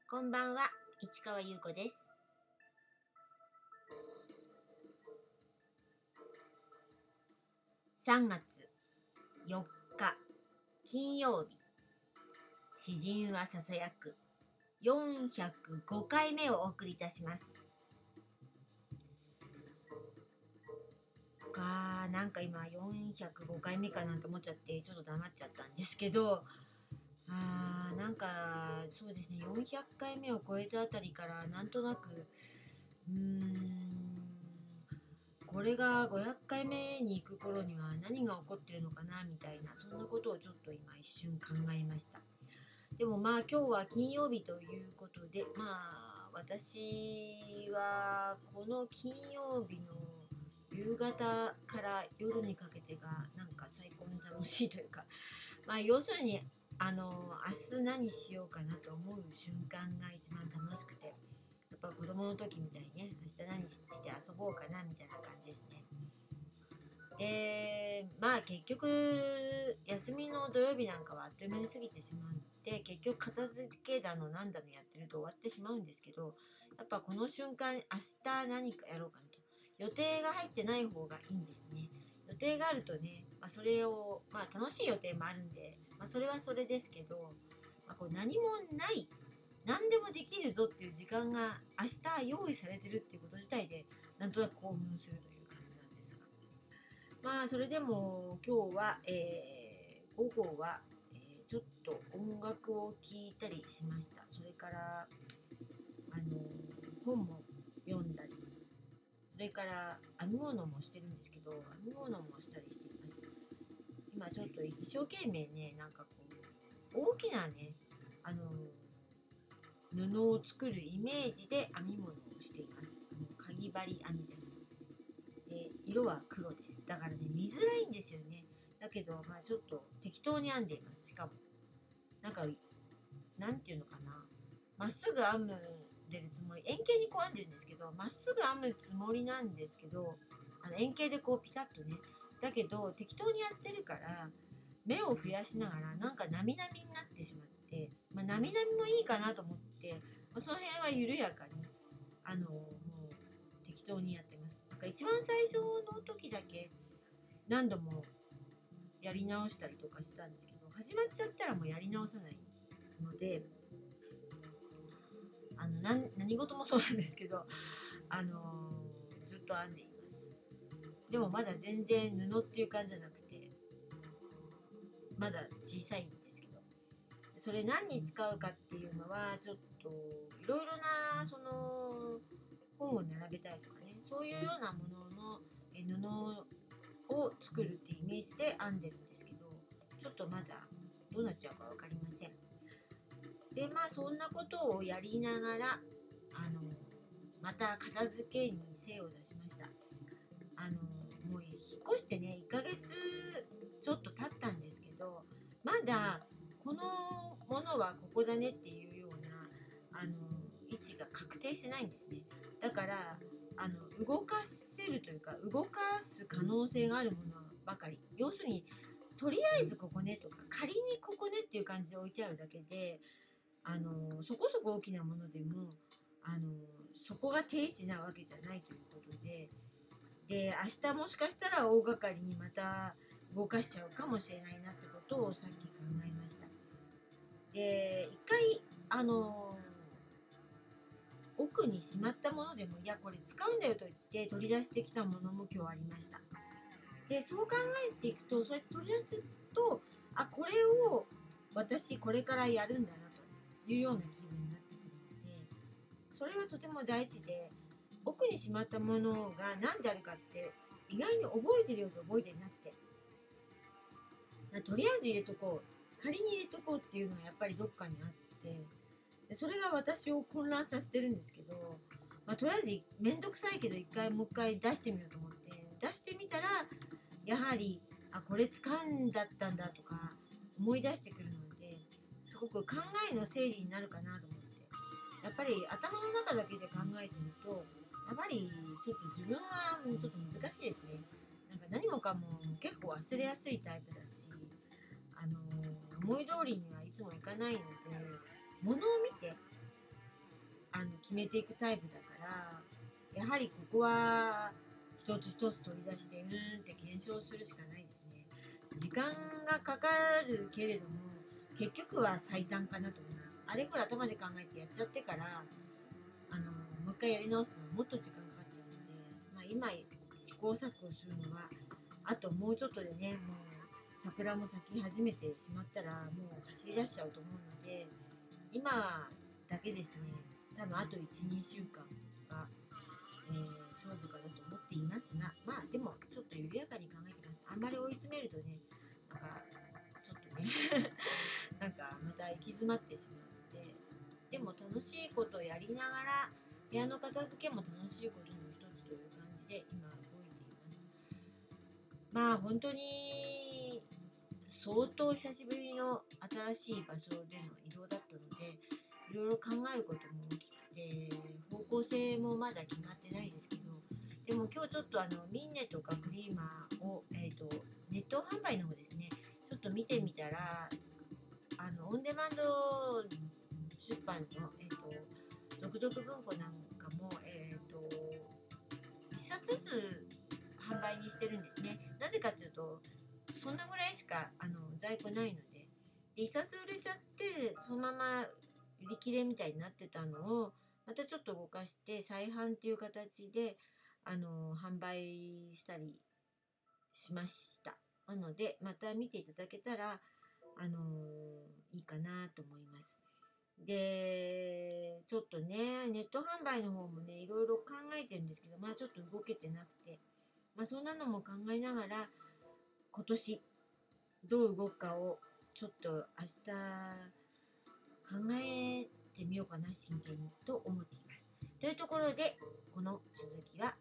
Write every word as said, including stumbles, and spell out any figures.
こんばんは、市川優子です。さんがつよっか金曜日、詩人はささやくよんひゃくごかいめをお送りいたします。かーなんか今よんひゃくごかいめかなんて思っちゃってちょっと黙っちゃったんですけど、あーなんかそうですね、よんひゃっかいめを超えたあたりからなんとなくうーんこれがごひゃっかいめに行く頃には何が起こってるのかなみたいな、そんなことをちょっと今一瞬考えました。でもまあ今日は金曜日ということで、まあ私はこの金曜日の夕方から夜にかけてがなんか最高に楽しいというか、まあ要するにあの明日何しようかなと思う瞬間が一番楽しくて、やっぱ子供の時みたいにね、明日何して遊ぼうかなみたいな感じですね。で、まあ結局休みの土曜日なんかはあっという間に過ぎてしまって結局片付けだのなんだのやってると終わってしまうんですけど、やっぱこの瞬間明日何かやろうかなと予定が入ってない方がいいんですね。予定があるとね、まあ、それをまあ楽しい予定もあるんで、まあ、それはそれですけど、まあ、こう何もない何でもできるぞっていう時間が明日用意されてるっていうこと自体でなんとなく興奮するという感じなんですが、まあそれでも今日は、えー、午後は、えーちょっと音楽を聴いたりしました。それからあの本も読んだり、それから編み物もしてるんですけど、編み物もしたりしています。今ちょっと一生懸命ね、なんかこう大きなね、あの布を作るイメージで編み物をしています。あのかぎ針編みです。で、色は黒です。だからね、見づらいんですよね。だけど、まあちょっと適当に編んでいます。しかも、なんか、なんていうのかな。まっすぐ編んでるつもり、円形にこう編んでるんですけど、まっすぐ編むつもりなんですけど、あの円形でこうピタッとね。だけど、適当にやってるから、目を増やしながら、なんかなみなみになってしまって、まあ、なみなみもいいかなと思って、まあ、その辺は緩やかに、あのもう適当にやってます。なんか一番最初の時だけ何度もやり直したりとかしたんですけど、始まっちゃったらもうやり直さないので、あの何何事もそうなんですけど、あのずっと編んでいます。でもまだ全然布っていう感じじゃなくて、まだ小さいんですけど、それ何に使うかっていうのはちょっといろいろなその本を並べたりとかね、そういうようなもののえ布を作るっていうイメージで編んでるんですけど、ちょっとまだどうなっちゃうか分かりません。でまあそんなことをやりながらあのまた片付けに精を出しました。あのもう引っ越してねいっかげつちょっと経ったんですけど、まだこのものはここだねっていうようなあの位置が確定してないんですね。だからあの動かせるというか動かす可能性があるものばかり、要するにとりあえずここねとか仮にここねっていう感じで置いてあるだけで、あのそこそこ大きなものでもあのそこが定位置なわけじゃないということで、で明日もしかしたら大掛かりにまた動かしちゃうかもしれないなってことをさっき考えました。で一回あの奥にしまったものでもいやこれ使うんだよと言って取り出してきたものも今日ありました。でそう考えていくと、そうやって取り出していくと、あこれを私これからやるんだなというような気分になってくるので、それはとても大事で、奥にしまったものが何であるかって意外に覚えてるようで覚えてなくて、とりあえず入れとこう、仮に入れとこうっていうのはやっぱりどっかにあって、でそれが私を混乱させてるんですけど、まあ、とりあえずめんどくさいけど一回もう一回出してみようと思って出してみたら、やはりあこれ使うんだったんだとか思い出してくるので、すごく考えの整理になるかなと思って、やっぱり頭の中だけで考えてみるとやっぱりちょっと自分はちょっと難しいですね。なんか何もかも結構忘れやすいタイプだし、あの思い通りにはいつもいかないので、物を見てあの決めていくタイプだから、やはりここは一つ一つ取り出してうーんって検証するしかないですね。時間がかかるけれども結局は最短かなと思います。あれこれ頭で考えてやっちゃってからあのもう一回やり直すのはもっと時間かかっちゃうので、まあ、今試行錯誤するのはあともうちょっとでね、もう桜も咲き始めてしまったらもう走り出しちゃうと思うので、今だけですね、多分あといち、にしゅうかんが、えー、勝負かなと思っていますが、まあでもちょっと緩やかに考えてます。あんまり追い詰めるとね、なんかちょっとねなんかまた行き詰まってしまうので、でも楽しいことをやりながら部屋の片付けも楽しいことの一つという感じで今動いています。まあ本当に相当久しぶりの新しい場所での移動だったので、いろいろ考えることも大きくて方向性もまだ決まってないですけど、でも今日ちょっとあのミンネとかフリーマを、えー、とネット販売の方ですね、ちょっと見てみたら、あのオンデマンド出版の、えー、と続々文庫なんかも、えー、といっさつずつ販売にしてるんですね。なぜかというとそんなぐらいしかあの在庫ないので、でいっさつ売れちゃってそのまま売り切れみたいになってたのをまたちょっと動かして再販っていう形であの販売したりしました。なのでまた見ていただけたらあのいいかなと思います。でちょっとねネット販売の方もねいろいろ考えてるんですけど、まあちょっと動けてなくて、まあそんなのも考えながら今年どう動くかをちょっと明日考えてみようかな、真剣にと思っています。というところでこの続きは